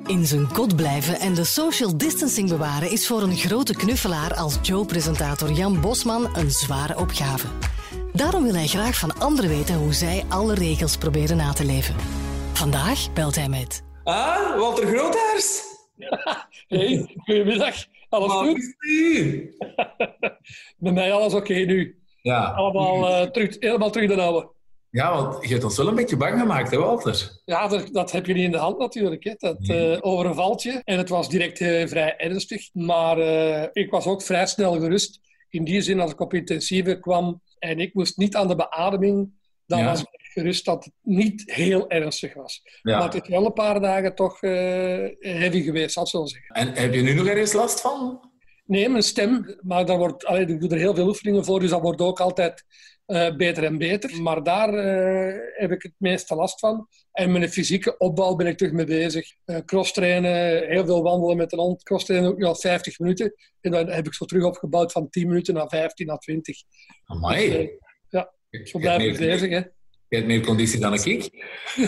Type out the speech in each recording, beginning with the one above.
In zijn kot blijven en de social distancing bewaren is voor een grote knuffelaar als Joe-presentator Jan Bosman een zware opgave. Daarom wil hij graag van anderen weten hoe zij alle regels proberen na te leven. Vandaag belt hij met... Walter Groothuis. Hey, goedemiddag. Alles goed? Bij mij alles oké nu. Ja. Allemaal helemaal terug de oude. Ja, want je hebt ons wel een beetje bang gemaakt, hè, Walter? Ja, dat heb je niet in de hand natuurlijk. Hè. Dat overvalt je. En het was direct vrij ernstig. Maar ik was ook vrij snel gerust. In die zin, als ik op intensieve kwam en ik moest niet aan de beademing, dan was ik gerust dat het niet heel ernstig was. Ja. Maar het is wel een paar dagen toch heavy geweest, zal ik zo zeggen. En heb je nu nog ergens last van? Nee, mijn stem. Maar ik doe er heel veel oefeningen voor, dus dat wordt ook altijd beter en beter. Maar daar heb ik het meeste last van. En mijn fysieke opbouw ben ik terug mee bezig. Crosstrainen, heel veel wandelen met een hond. Crosstrainen ook nu al 50 minuten. En dan heb ik zo terug opgebouwd van 10 minuten naar 15 naar 20. Amai. Dus, ja, zo blijf ik bezig. Hè. Je hebt meer conditie dan ik.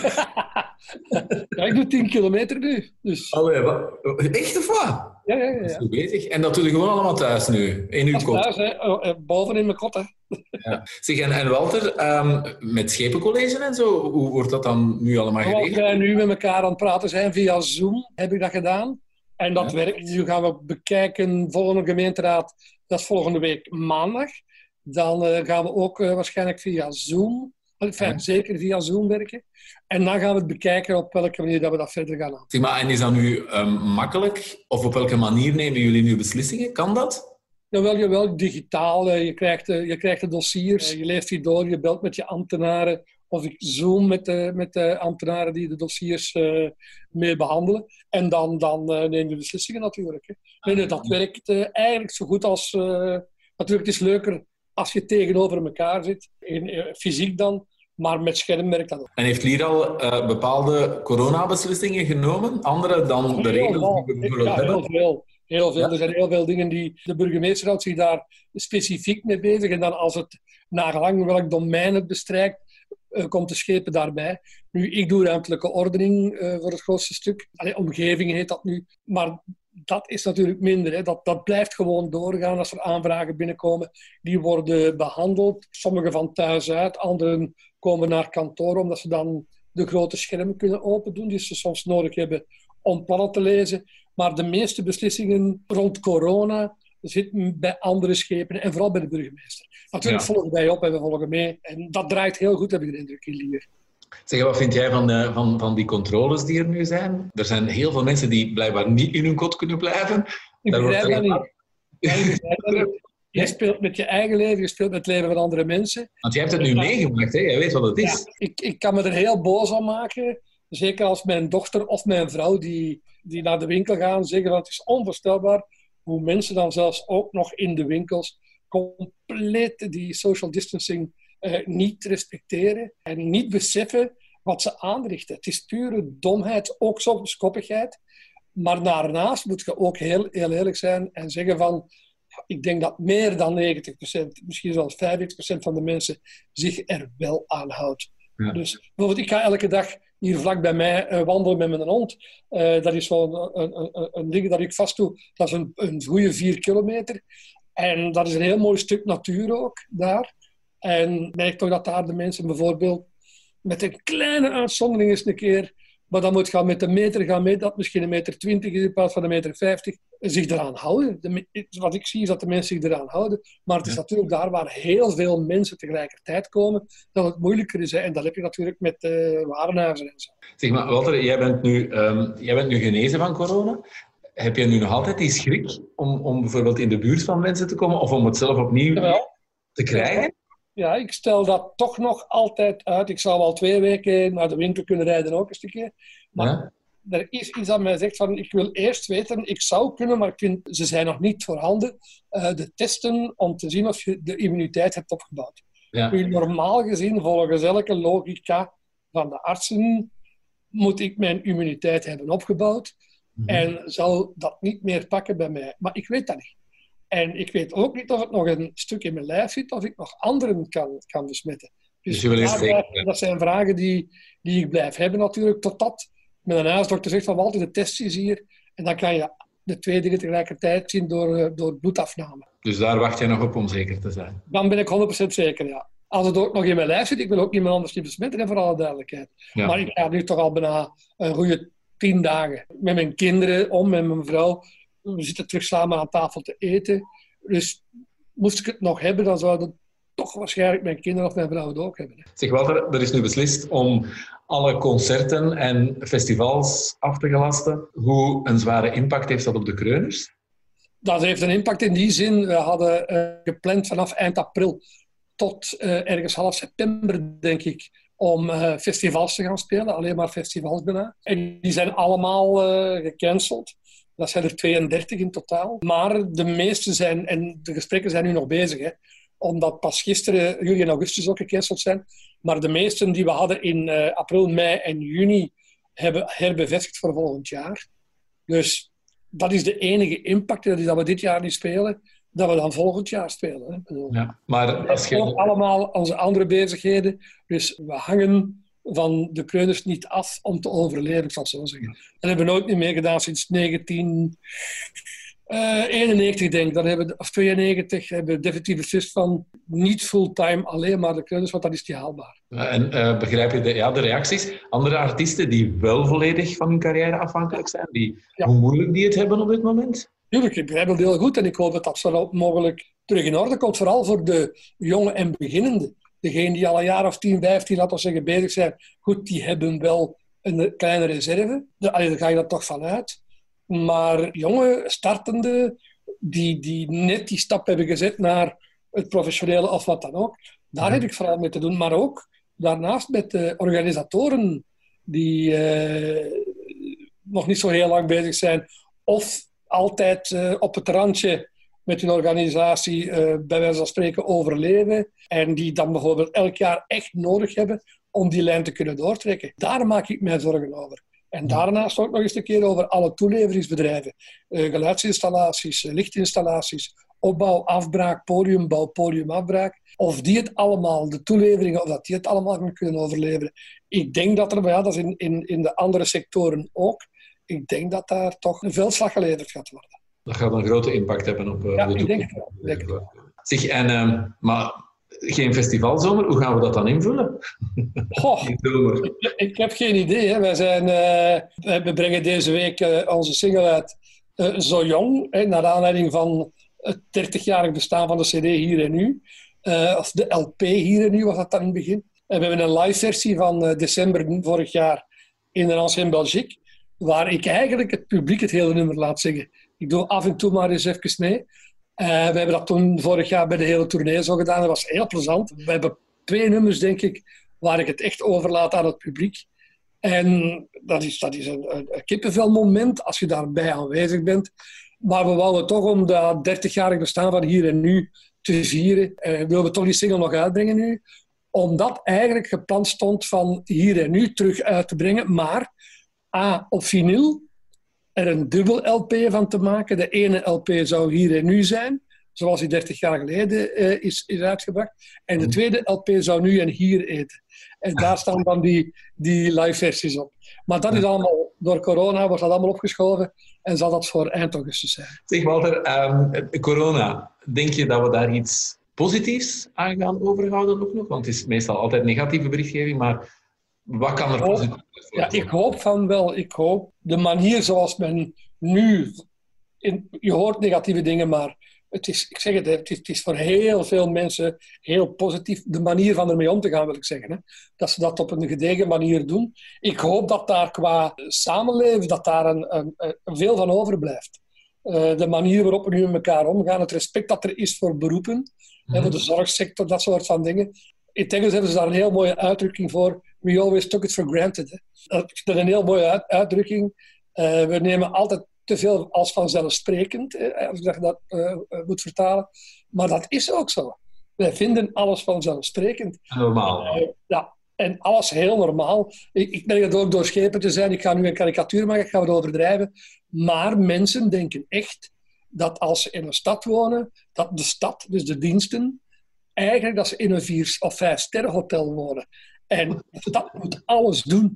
Ja, ik doe 10 kilometer nu. Dus... Allee, wat? Echt of wat? Ja. Dat is goed bezig. En dat doe je gewoon allemaal thuis nu? In uw kot? Thuis, hè. Boven in mijn kot. Hè. Ja. Zeg, en Walter, met schepencollege en zo, hoe wordt dat dan nu allemaal geregeld? Als wij nu met elkaar aan het praten zijn via Zoom, heb ik dat gedaan. En dat werkt. Nu gaan we bekijken, volgende gemeenteraad, dat is volgende week maandag. Dan gaan we ook waarschijnlijk via Zoom, zeker via Zoom werken. En dan gaan we het bekijken op welke manier dat we dat verder gaan aan. Zeg maar, en is dat nu makkelijk? Of op welke manier nemen jullie nu beslissingen? Kan dat? Jawel, digitaal. Je krijgt de dossiers, je leest die door, je belt met je ambtenaren. Of ik zoom met de ambtenaren die de dossiers mee behandelen. En dan neem je beslissingen natuurlijk. Hè. Nee, dat werkt eigenlijk zo goed als... natuurlijk, het is leuker als je tegenover elkaar zit, fysiek dan. Maar met scherm werkt dat ook. En heeft Lier al bepaalde coronabeslissingen genomen? Andere dan de regels die we bijvoorbeeld hebben? Heel veel. Ja. Er zijn heel veel dingen die de burgemeester houdt zich daar specifiek mee bezig. En dan als het nagelang welk domein het bestrijkt, komt de schepen daarbij. Nu, ik doe ruimtelijke ordening voor het grootste stuk. Omgeving heet dat nu. Maar dat is natuurlijk minder. Hè. Dat blijft gewoon doorgaan als er aanvragen binnenkomen. Die worden behandeld. Sommige van thuis uit, anderen komen naar kantoor omdat ze dan de grote schermen kunnen open doen die ze soms nodig hebben om plannen te lezen. Maar de meeste beslissingen rond corona zitten bij andere schepen en vooral bij de burgemeester. Natuurlijk volgen wij op en we volgen mee. En dat draait heel goed, heb ik de indruk, in Lier. Zeg, wat vind jij van die controles die er nu zijn? Er zijn heel veel mensen die blijkbaar niet in hun kot kunnen blijven. Ik begrijp dat niet. Je speelt met je eigen leven, je speelt met het leven van andere mensen. Want jij hebt het nu meegemaakt, hè? Jij weet wat het is. Ja, ik kan me er heel boos aan maken. Zeker als mijn dochter of mijn vrouw die naar de winkel gaan zeggen dat het is onvoorstelbaar hoe mensen dan zelfs ook nog in de winkels compleet die social distancing niet respecteren en niet beseffen wat ze aanrichten. Het is pure domheid, ook soms koppigheid. Maar daarnaast moet je ook heel eerlijk zijn en zeggen van ik denk dat meer dan 90%, misschien zelfs 95% van de mensen zich er wel aan houdt. Ja. Dus bijvoorbeeld, ik ga elke dag hier vlak bij mij wandelen met mijn hond. Dat is wel een ding dat ik vast doe. Dat is een goede 4 kilometer. En dat is een heel mooi stuk natuur ook daar. En ik merk toch dat daar de mensen bijvoorbeeld met een kleine uitzondering eens een keer, maar dan moet gaan met de meter gaan mee, dat misschien 1,20 meter is in plaats van 1,50 meter, zich eraan houden. Wat ik zie is dat de mensen zich eraan houden. Maar het is natuurlijk daar waar heel veel mensen tegelijkertijd komen, dat het moeilijker is. Hè. En dat heb je natuurlijk met warenhuizen en zo. Zeg maar, Walter, jij bent nu genezen van corona. Heb je nu nog altijd die schrik om bijvoorbeeld in de buurt van mensen te komen of om het zelf opnieuw te krijgen? Ja, ik stel dat toch nog altijd uit. Ik zou wel 2 weken naar de winkel kunnen rijden ook een stukje. Maar er is iets dat mij zegt van, ik wil eerst weten, ik zou kunnen, maar ik vind, ze zijn nog niet voorhanden, de testen om te zien of je de immuniteit hebt opgebouwd. Ja. Normaal gezien, volgens elke logica van de artsen, moet ik mijn immuniteit hebben opgebouwd. Mm-hmm. En zal dat niet meer pakken bij mij. Maar ik weet dat niet. En ik weet ook niet of het nog een stuk in mijn lijf zit, of ik nog anderen kan besmetten. Dus dat zijn vragen die ik blijf hebben natuurlijk, totdat Met een huisdokter zegt van altijd de test is hier. En dan kan je de twee dingen tegelijkertijd zien door bloedafname. Dus daar wacht je nog op om zeker te zijn? Dan ben ik 100% zeker, ja. Als het ook nog in mijn lijf zit, ik wil ook niemand anders niet besmetten, voor alle duidelijkheid. Ja. Maar ik ga nu toch al bijna een goede 10 dagen met mijn kinderen met mijn vrouw. We zitten terug samen aan tafel te eten. Dus moest ik het nog hebben, dan zouden toch waarschijnlijk mijn kinderen of mijn vrouw het ook hebben. Zeg Walter, er is nu beslist om alle concerten en festivals af te gelasten. Hoe een zware impact heeft dat op de kreuners? Dat heeft een impact in die zin. We hadden gepland vanaf eind april tot ergens half september, denk ik, om festivals te gaan spelen. Alleen maar festivals bijna. En die zijn allemaal gecanceld. Dat zijn er 32 in totaal. Maar de meeste zijn, en de gesprekken zijn nu nog bezig, hè, omdat pas gisteren juli en augustus ook gecanceld zijn. Maar de meesten die we hadden in april, mei en juni hebben herbevestigd voor volgend jaar. Dus dat is de enige impact, dat we dit jaar niet spelen, dat we dan volgend jaar spelen. Hè. Ja, maar als je... Ook allemaal onze andere bezigheden. Dus we hangen van de kreuners niet af om te overleven, ik zal het zo zeggen. Dat hebben we nooit niet meer gedaan sinds 1991, denk ik. Dan hebben of 92 hebben we definitief beslist van niet fulltime alleen maar de kreuners, want dat is niet haalbaar. En begrijp je de reacties? Andere artiesten die wel volledig van hun carrière afhankelijk zijn, hoe moeilijk die het hebben op dit moment? Tuurlijk, ik begrijp het heel goed en ik hoop dat dat zo mogelijk terug in orde komt. Vooral voor de jonge en beginnenden. Degenen die al een jaar of 10, 15, laten we zeggen, bezig zijn. Goed, die hebben wel een kleine reserve. Daar ga je er toch van uit. Maar jonge, startende, die net die stap hebben gezet naar het professionele of wat dan ook. Daar heb ik vooral mee te doen. Maar ook daarnaast met de organisatoren die nog niet zo heel lang bezig zijn. Of altijd op het randje met hun organisatie bij wijze van spreken overleven. En die dan bijvoorbeeld elk jaar echt nodig hebben om die lijn te kunnen doortrekken. Daar maak ik mij zorgen over. En daarnaast ook nog eens een keer over alle toeleveringsbedrijven. Geluidsinstallaties, lichtinstallaties, opbouw, afbraak, podiumbouw, podiumafbraak. Of die het allemaal, de toeleveringen, of dat die het allemaal gaan kunnen overleveren. Ik denk dat er, dat is in de andere sectoren ook, ik denk dat daar toch een veldslag geleverd gaat worden. Dat gaat een grote impact hebben op de toekomst. Ik denk het wel. Zeg, maar geen festivalzomer, hoe gaan we dat dan invullen? Goh, ik heb geen idee. Hè. We brengen deze week onze single uit Zo Jong, naar aanleiding van het 30-jarig bestaan van de CD Hier en Nu. Of de LP Hier en Nu was dat dan in het begin. En we hebben een live versie van december vorig jaar in de Ancien Belgique, waar ik eigenlijk het publiek het hele nummer laat zingen. Ik doe af en toe maar eens even mee. We hebben dat toen vorig jaar bij de hele tournee zo gedaan. Dat was heel plezant. We hebben 2 nummers, denk ik, waar ik het echt overlaat aan het publiek. En dat is een kippenvelmoment als je daarbij aanwezig bent. Maar we wouden toch om dat 30-jarig bestaan van Hier en Nu te vieren. Willen we toch die single nog uitbrengen nu. Omdat eigenlijk gepland stond van Hier en Nu terug uit te brengen. Maar op vinyl er een dubbel LP van te maken. De ene LP zou Hier en Nu zijn, zoals die 30 jaar geleden is uitgebracht. En de tweede LP zou Nu en Hier eten. En daar staan dan die live versies op. Maar dat is allemaal, door corona wordt dat allemaal opgeschoven en zal dat voor eind augustus zijn. Zeg Walter, corona, denk je dat we daar iets positiefs aan gaan overhouden ook nog? Want het is meestal altijd negatieve berichtgeving, maar wat kan er positief zijn? Ja, ik hoop van wel. Ik hoop de manier zoals men nu... je hoort negatieve dingen, maar het is voor heel veel mensen heel positief. De manier van ermee om te gaan, wil ik zeggen. Hè. Dat ze dat op een gedegen manier doen. Ik hoop dat daar qua samenleven, dat daar een veel van overblijft. De manier waarop we nu met elkaar omgaan, het respect dat er is voor beroepen, voor de zorgsector, dat soort van dingen. In het Engels hebben ze daar een heel mooie uitdrukking voor. We always took it for granted. Hè. Dat is een heel mooie uitdrukking. We nemen altijd te veel als vanzelfsprekend, als ik dat moet vertalen. Maar dat is ook zo. Wij vinden alles vanzelfsprekend. Normaal. Ja, en alles heel normaal. Ik merk het ook door schepen te zijn. Ik ga nu een karikatuur maken, ik ga het overdrijven. Maar mensen denken echt dat als ze in een stad wonen, dat de stad, dus de diensten, eigenlijk dat ze in een 4- of 5-sterrenhotel wonen. En dat moet alles doen.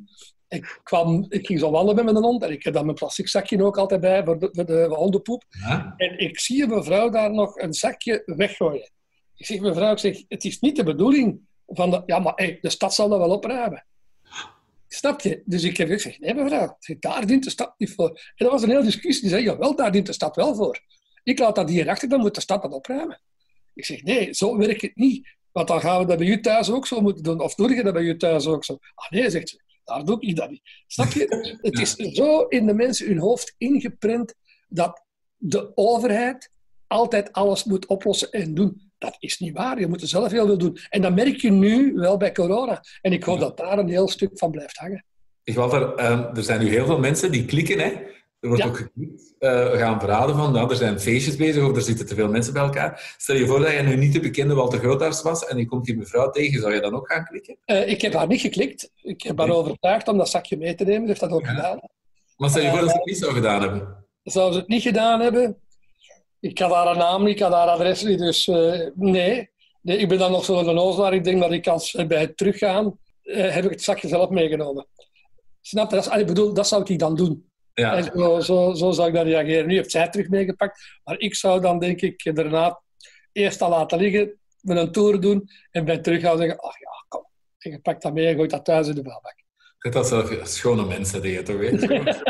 Ik ging zo wandelen met mijn hond en ik heb dan mijn plastic zakje ook altijd bij voor de hondenpoep. Ja. En ik zie een mevrouw daar nog een zakje weggooien. Ik zeg, mevrouw, het is niet de bedoeling van maar de stad zal dat wel opruimen. Snap je? Dus ik heb gezegd, nee mevrouw, daar dient de stad niet voor. En dat was een hele discussie. Die zei, jawel, daar dient de stad wel voor. Ik laat dat hier achter, dan moet de stad dat opruimen. Ik zeg, nee, zo werkt het niet. Want dan gaan we dat bij u thuis ook zo moeten doen. Of doe je dat bij u thuis ook zo? Ah nee, zegt ze, daar doe ik dat niet. Snap je? Het is zo in de mensen hun hoofd ingeprent dat de overheid altijd alles moet oplossen en doen. Dat is niet waar. Je moet er zelf heel veel doen. En dat merk je nu wel bij corona. En ik hoop dat daar een heel stuk van blijft hangen. Walter, er zijn nu heel veel mensen die klikken, hè? Er wordt ook geklikt. We gaan verraden van, er zijn feestjes bezig of er zitten te veel mensen bij elkaar. Stel je voor dat je nu niet de bekende Walter Grootaars was en je komt die mevrouw tegen, zou je dan ook gaan klikken? Ik heb haar niet geklikt. Ik heb haar overtuigd om dat zakje mee te nemen. Ze heeft dat ook gedaan. Maar stel je voor dat ze het niet zou gedaan hebben? Zou ze het niet gedaan hebben? Ik had haar naam niet, ik had haar adres niet, dus nee. Ik ben dan nog zo'n onnozelaar. Ik denk dat ik bij het teruggaan heb ik het zakje zelf meegenomen. Snap je? Ik bedoel, dat zou ik dan doen. Ja. En zo zou ik dan reageren. Nu heeft zij het terug meegepakt, maar ik zou dan denk ik daarna eerst al laten liggen, met een tour doen en bij terug gaan zeggen, ach ja, kom, je pakt dat mee en gooit dat thuis in de vuilbak. Dat zijn schone mensen die je toch weet.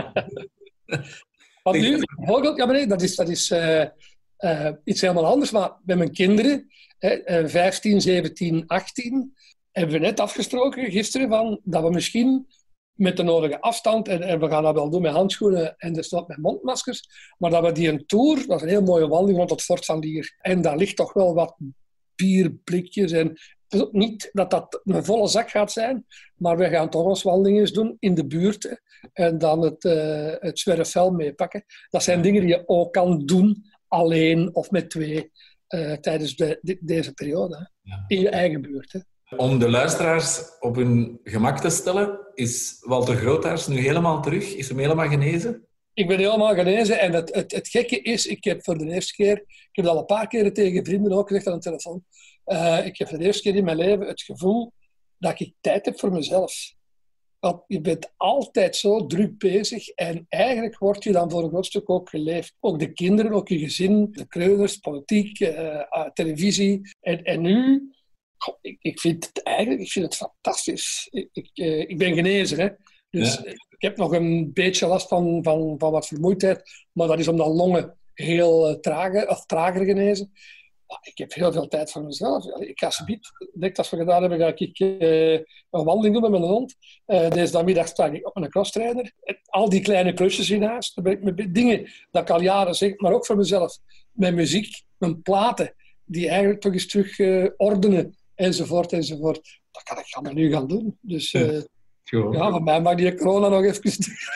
Want nu, bijvoorbeeld, dat is iets helemaal anders, maar bij mijn kinderen, 15, 17, 18, hebben we net afgesproken gisteren dat we misschien met de nodige afstand, en we gaan dat wel doen met handschoenen en dus met mondmaskers, maar dat we die een tour, dat is een heel mooie wandeling rond het Fort van Lier, en daar ligt toch wel wat bierblikjes en het is ook niet dat een volle zak gaat zijn, maar we gaan toch eens wandelingen doen in de buurt en dan het zwerfvuil meepakken. Dat zijn dingen die je ook kan doen, alleen of met twee, tijdens deze periode. Ja. In je eigen buurt. Hè. Om de luisteraars op hun gemak te stellen, is Walter Grootaars nu helemaal terug? Is hem helemaal genezen? Ik ben helemaal genezen en het gekke is, ik heb voor de eerste keer, ik heb het al een paar keren tegen vrienden ook gezegd aan de telefoon, ik heb voor de eerste keer in mijn leven het gevoel dat ik tijd heb voor mezelf. Want je bent altijd zo druk bezig en eigenlijk word je dan voor een groot stuk ook geleefd. Ook de kinderen, ook je gezin, de kreuners, politiek, televisie. En nu, ik vind het fantastisch. Ik ben genezen, hè. Dus ja. Ik heb nog een beetje last van wat vermoeidheid, maar dat is omdat longen heel trager genezen. Ik heb heel veel tijd voor mezelf. Ik ga direct als we gedaan hebben, ga ik een wandeling doen met mijn hond. Deze middag sta ik op een crosstrainer. Al die kleine klusjes in huis. Dan ben ik met dingen dat ik al jaren zeg, maar ook voor mezelf. Mijn muziek, mijn platen, die eigenlijk toch eens terug ordenen, enzovoort. Dat kan ik allemaal nu gaan doen. Dus voor mij mag die corona nog even...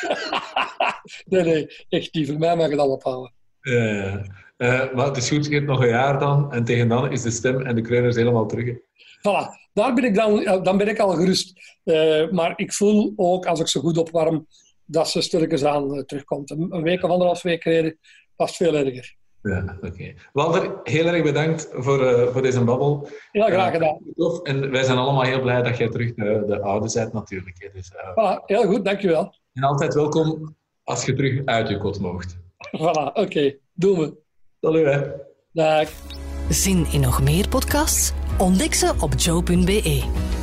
nee, echt niet. Voor mij mag het al ophouden. Maar het is goed, je hebt nog een jaar dan en tegen dan is de stem en de kreuners helemaal terug. Voilà, daar ben ik dan ben ik al gerust. Maar ik voel ook, als ik ze goed opwarm, dat ze stilletjes aan terugkomt. Een week of 1,5 week geleden was het veel erger. Ja, oké. Walter, heel erg bedankt voor deze babbel. Ja, graag gedaan. Tof. En wij zijn allemaal heel blij dat jij terug de oude bent natuurlijk. Dus, voilà, heel goed, dankjewel. En altijd welkom als je terug uit je kot moogt. Voilà, oké. Doen we. Salut, hè. Dag. Zin in nog meer podcasts? Ontdek ze op joe.be.